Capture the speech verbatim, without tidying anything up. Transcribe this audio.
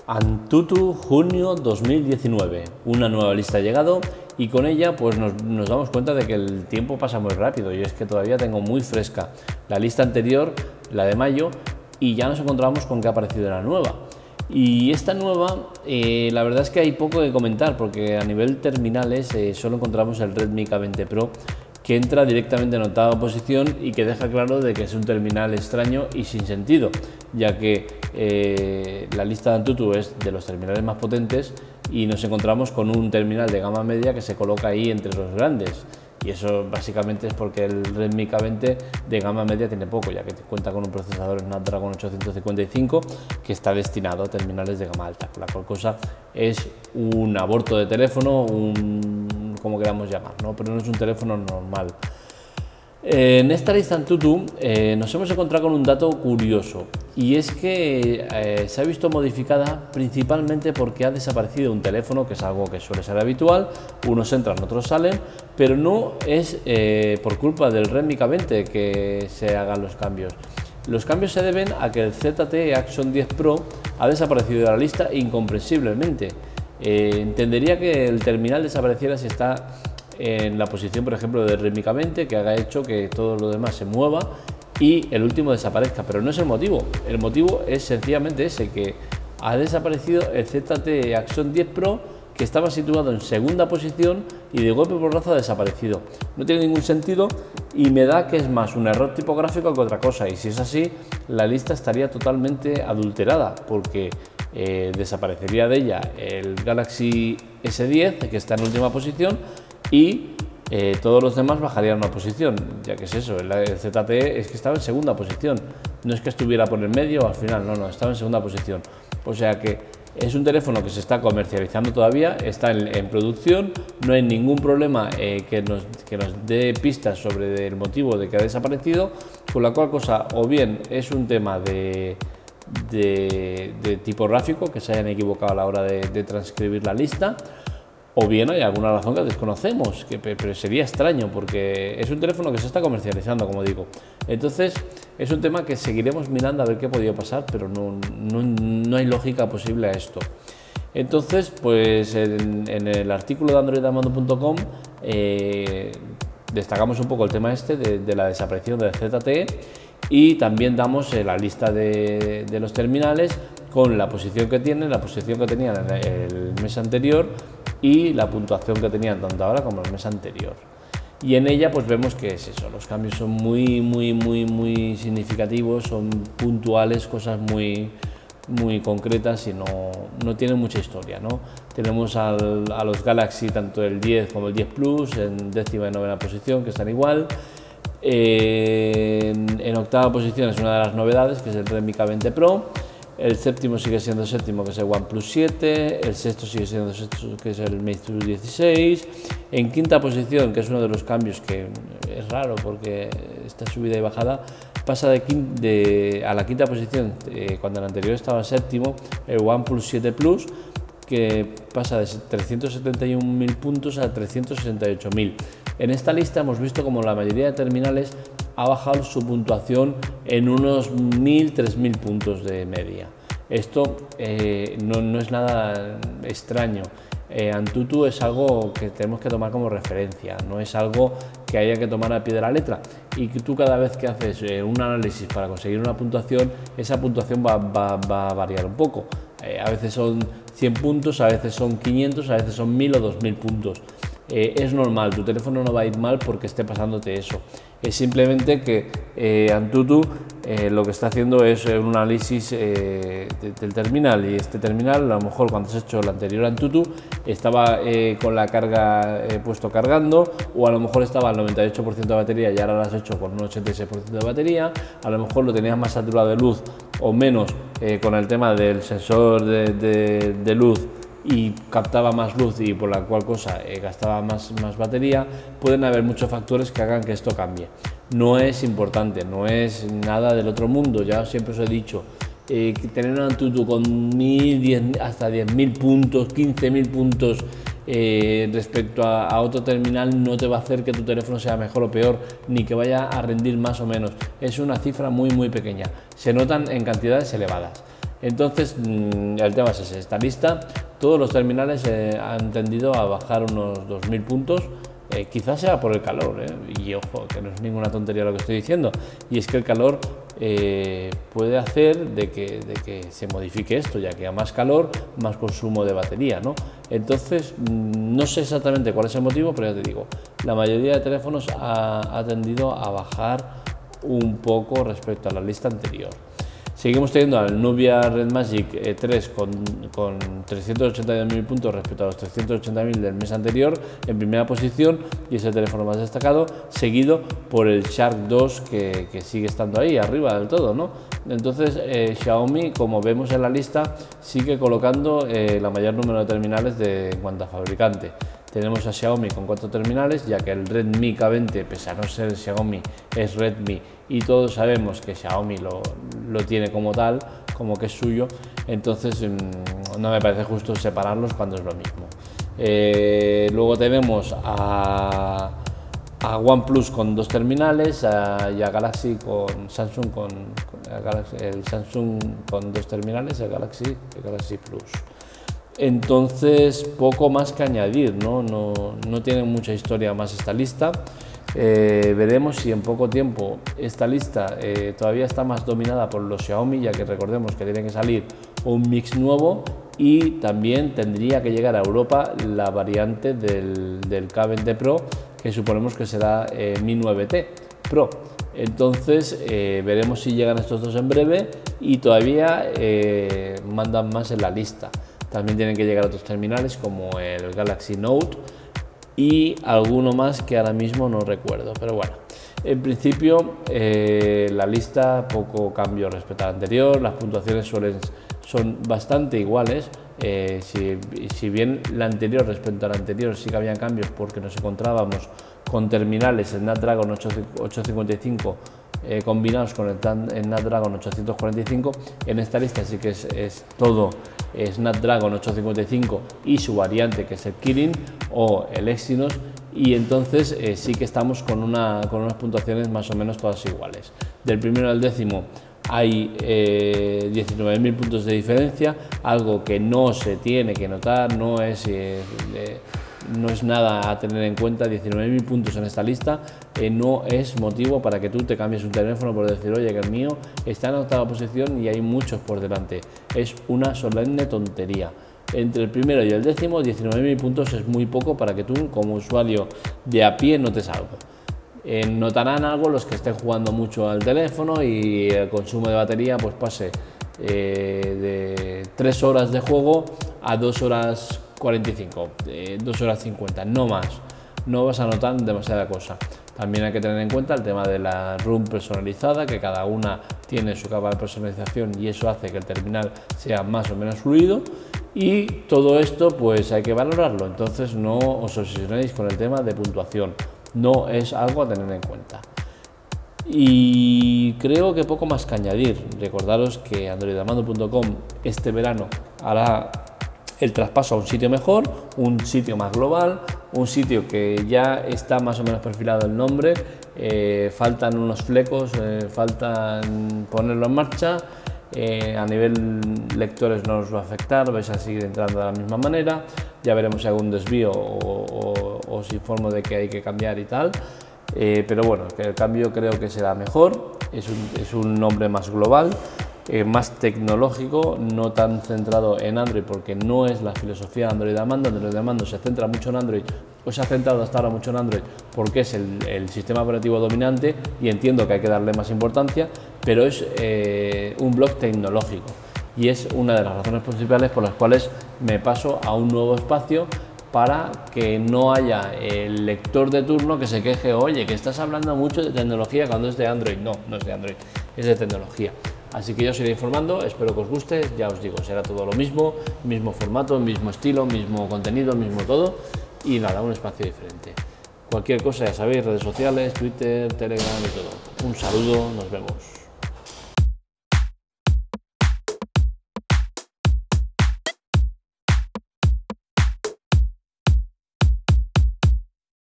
Antutu junio dos mil diecinueve, una nueva lista ha llegado y con ella pues nos, nos damos cuenta de que el tiempo pasa muy rápido y es que todavía tengo muy fresca la lista anterior, la de mayo, y ya nos encontramos con que ha aparecido la nueva. Y esta nueva, eh, la verdad es que hay poco que comentar porque a nivel terminales eh, solo encontramos el Redmi K veinte Pro, que entra directamente en octava posición y que deja claro de que es un terminal extraño y sin sentido, ya que eh, la lista de Antutu es de los terminales más potentes y nos encontramos con un terminal de gama media que se coloca ahí entre los grandes. Y eso básicamente es porque el Redmi K veinte de gama media tiene poco, ya que cuenta con un procesador Snapdragon ochocientos cincuenta y cinco que está destinado a terminales de gama alta, con la cual cosa es un aborto de teléfono, un, como queramos llamar, ¿no? Pero no es un teléfono normal. Eh, en esta lista Antutu eh, nos hemos encontrado con un dato curioso, y es que eh, se ha visto modificada principalmente porque ha desaparecido un teléfono, que es algo que suele ser habitual, unos entran, otros salen, pero no es eh, por culpa del Redmi K veinte que se hagan los cambios. Los cambios se deben a que el Z T E Action diez Pro ha desaparecido de la lista incomprensiblemente. Eh, entendería que el terminal desapareciera si está en la posición, por ejemplo, del Redmi K veinte, que haga hecho que todo lo demás se mueva y el último desaparezca, pero no es el motivo. El motivo es sencillamente ese, que ha desaparecido el Z T E Action diez Pro, que estaba situado en segunda posición y de golpe porrazo ha desaparecido. No tiene ningún sentido y me da que es más un error tipográfico que otra cosa, y si es así, la lista estaría totalmente adulterada, porque eh, desaparecería de ella el Galaxy S diez, que está en última posición, y eh, todos los demás bajarían una posición, ya que es eso, el Z T E es que estaba en segunda posición, no es que estuviera por el medio o al final, no, no, estaba en segunda posición. O sea que es un teléfono que se está comercializando todavía, está en, en producción, no hay ningún problema eh, que, nos, que nos dé pistas sobre el motivo de que ha desaparecido, con la cual cosa o bien es un tema de, de, de tipográfico, que se hayan equivocado a la hora de, de transcribir la lista, o bien hay alguna razón que desconocemos, que, pero sería extraño porque es un teléfono que se está comercializando, como digo. Entonces es un tema que seguiremos mirando a ver qué podía pasar, pero no, no, no hay lógica posible a esto. Entonces, pues en, en el artículo de android amando punto com eh, destacamos un poco el tema este de, de la desaparición del Z T E y también damos eh, la lista de, de los terminales con la posición que tienen, la posición que tenían en el mes anterior y la puntuación que tenían tanto ahora como el mes anterior. Y en ella pues vemos que es eso, los cambios son muy muy muy muy significativos, son puntuales, cosas muy muy concretas y no, no tienen mucha historia, ¿no? Tenemos al, a los Galaxy, tanto el diez como el diez Plus, en décima y novena posición, que están igual. Eh, en, en octava posición es una de las novedades, que es el Redmi K veinte Pro. El séptimo sigue siendo séptimo, que es el OnePlus siete, el sexto sigue siendo sexto, que es el Mate dieciséis, en quinta posición, que es uno de los cambios que es raro porque esta subida y bajada, pasa de, de a la quinta posición, eh, cuando el anterior estaba séptimo, el OnePlus siete Plus, que pasa de trescientos setenta y un mil puntos a trescientos sesenta y ocho mil. En esta lista hemos visto como la mayoría de terminales ha bajado su puntuación en unos mil, tres mil puntos de media. Esto eh, no, no es nada extraño. Eh, Antutu es algo que tenemos que tomar como referencia, no es algo que haya que tomar a pie de la letra, y que tú cada vez que haces eh, un análisis para conseguir una puntuación, esa puntuación va, va, va a variar un poco. Eh, a veces son cien puntos, a veces son quinientos, a veces son mil o dos mil puntos. Eh, es normal, tu teléfono no va a ir mal porque esté pasándote eso. Es simplemente que eh, Antutu eh, lo que está haciendo es eh, un análisis eh, de, del terminal, y este terminal, a lo mejor cuando has hecho el anterior Antutu estaba eh, con la carga eh, puesto cargando, o a lo mejor estaba al noventa y ocho por ciento de batería y ahora lo has hecho con un ochenta y seis por ciento de batería, a lo mejor lo tenías más saturado de luz o menos eh, con el tema del sensor de, de, de luz y captaba más luz y por la cual cosa eh, gastaba más, más batería. Pueden haber muchos factores que hagan que esto cambie. No es importante, no es nada del otro mundo, ya siempre os he dicho, eh, tener un Antutu con mil, diez, hasta diez mil puntos, quince mil puntos eh, respecto a, a otro terminal no te va a hacer que tu teléfono sea mejor o peor, ni que vaya a rendir más o menos. Es una cifra muy muy pequeña, se notan en cantidades elevadas. Entonces, el tema es ese, esta lista, todos los terminales eh, han tendido a bajar unos dos mil puntos, eh, quizás sea por el calor, eh, y ojo, que no es ninguna tontería lo que estoy diciendo, y es que el calor eh, puede hacer de que, de que se modifique esto, ya que a más calor, más consumo de batería, ¿no? Entonces, no sé exactamente cuál es el motivo, pero ya te digo, la mayoría de teléfonos ha, ha tendido a bajar un poco respecto a la lista anterior. Seguimos teniendo al Nubia Red Magic E tres con, con trescientos ochenta y dos mil puntos respecto a los trescientos ochenta mil del mes anterior en primera posición, y es el teléfono más destacado, seguido por el Shark dos que, que sigue estando ahí arriba del todo, ¿no? Entonces eh, Xiaomi, como vemos en la lista, sigue colocando eh, la mayor número de terminales de, en cuanto a fabricante. Tenemos a Xiaomi con cuatro terminales, ya que el Redmi K veinte, pese a no ser Xiaomi, es Redmi, y todos sabemos que Xiaomi lo, lo tiene como tal, como que es suyo, entonces mmm, no me parece justo separarlos cuando es lo mismo. Eh, luego tenemos a, a OnePlus con dos terminales, a, y a Galaxy con Samsung con, con a Galaxy, el Samsung con dos terminales, el Galaxy, el Galaxy Plus. Entonces, poco más que añadir, ¿no? No, no tiene mucha historia más esta lista. Eh, veremos si en poco tiempo esta lista eh, todavía está más dominada por los Xiaomi, ya que recordemos que tiene que salir un mix nuevo, y también tendría que llegar a Europa la variante del, del K veinte Pro, que suponemos que será eh, Mi nueve T Pro. Entonces eh, veremos si llegan estos dos en breve, y todavía eh, mandan más en la lista. También tienen que llegar otros terminales como el Galaxy Note y alguno más que ahora mismo no recuerdo, pero bueno, en principio eh, la lista poco cambio respecto a la anterior, las puntuaciones suelen, son bastante iguales. Eh, si, si bien la anterior respecto a la anterior sí que habían cambios, porque nos encontrábamos con terminales Snapdragon ochocientos cincuenta y cinco eh, combinados con el Snapdragon ochocientos cuarenta y cinco, en esta lista sí que es, es todo eh, Snapdragon ochocientos cincuenta y cinco y su variante, que es el Kirin o el Exynos, y entonces eh, sí que estamos con, una, con unas puntuaciones más o menos todas iguales. Del primero al décimo hay eh, diecinueve mil puntos de diferencia, algo que no se tiene que notar, no es, eh, eh, no es nada a tener en cuenta. Diecinueve mil puntos en esta lista eh, no es motivo para que tú te cambies un teléfono por decir, oye, que el mío está en octava posición y hay muchos por delante. Es una solemne tontería. Entre el primero y el décimo, diecinueve mil puntos es muy poco para que tú, como usuario de a pie, notes algo. Eh, notarán algo los que estén jugando mucho al teléfono y el consumo de batería pues pase eh, de tres horas de juego a dos horas cuarenta y cinco, eh, dos horas cincuenta, no más. No vas a notar demasiada cosa. También hay que tener en cuenta el tema de la ROM personalizada, que cada una tiene su capa de personalización y eso hace que el terminal sea más o menos fluido, y todo esto pues hay que valorarlo. Entonces no os obsesionéis con el tema de puntuación, no es algo a tener en cuenta. Y creo que poco más que añadir. Recordaros que android amando punto com este verano hará el traspaso a un sitio mejor, un sitio más global, un sitio que ya está más o menos perfilado el nombre, eh, faltan unos flecos, eh, faltan ponerlo en marcha. Eh, a nivel lectores no nos va a afectar, vais a seguir entrando de la misma manera. Ya veremos si hay algún desvío o, o, o os informo de que hay que cambiar y tal. Eh, pero bueno, que el cambio creo que será mejor, es un, es un nombre más global, eh, más tecnológico, no tan centrado en Android, porque no es la filosofía de Android Amando. Android Amando se centra mucho en Android, o se ha centrado hasta ahora mucho en Android, porque es el, el sistema operativo dominante, y entiendo que hay que darle más importancia, pero es eh, un blog tecnológico, y es una de las razones principales por las cuales me paso a un nuevo espacio, para que no haya el lector de turno que se queje, oye, que estás hablando mucho de tecnología cuando es de Android. No, no es de Android, es de tecnología. Así que yo os iré informando, espero que os guste, ya os digo, será todo lo mismo, mismo formato, mismo estilo, mismo contenido, mismo todo, y nada, un espacio diferente. Cualquier cosa ya sabéis, redes sociales, Twitter, Telegram y todo. Un saludo, nos vemos.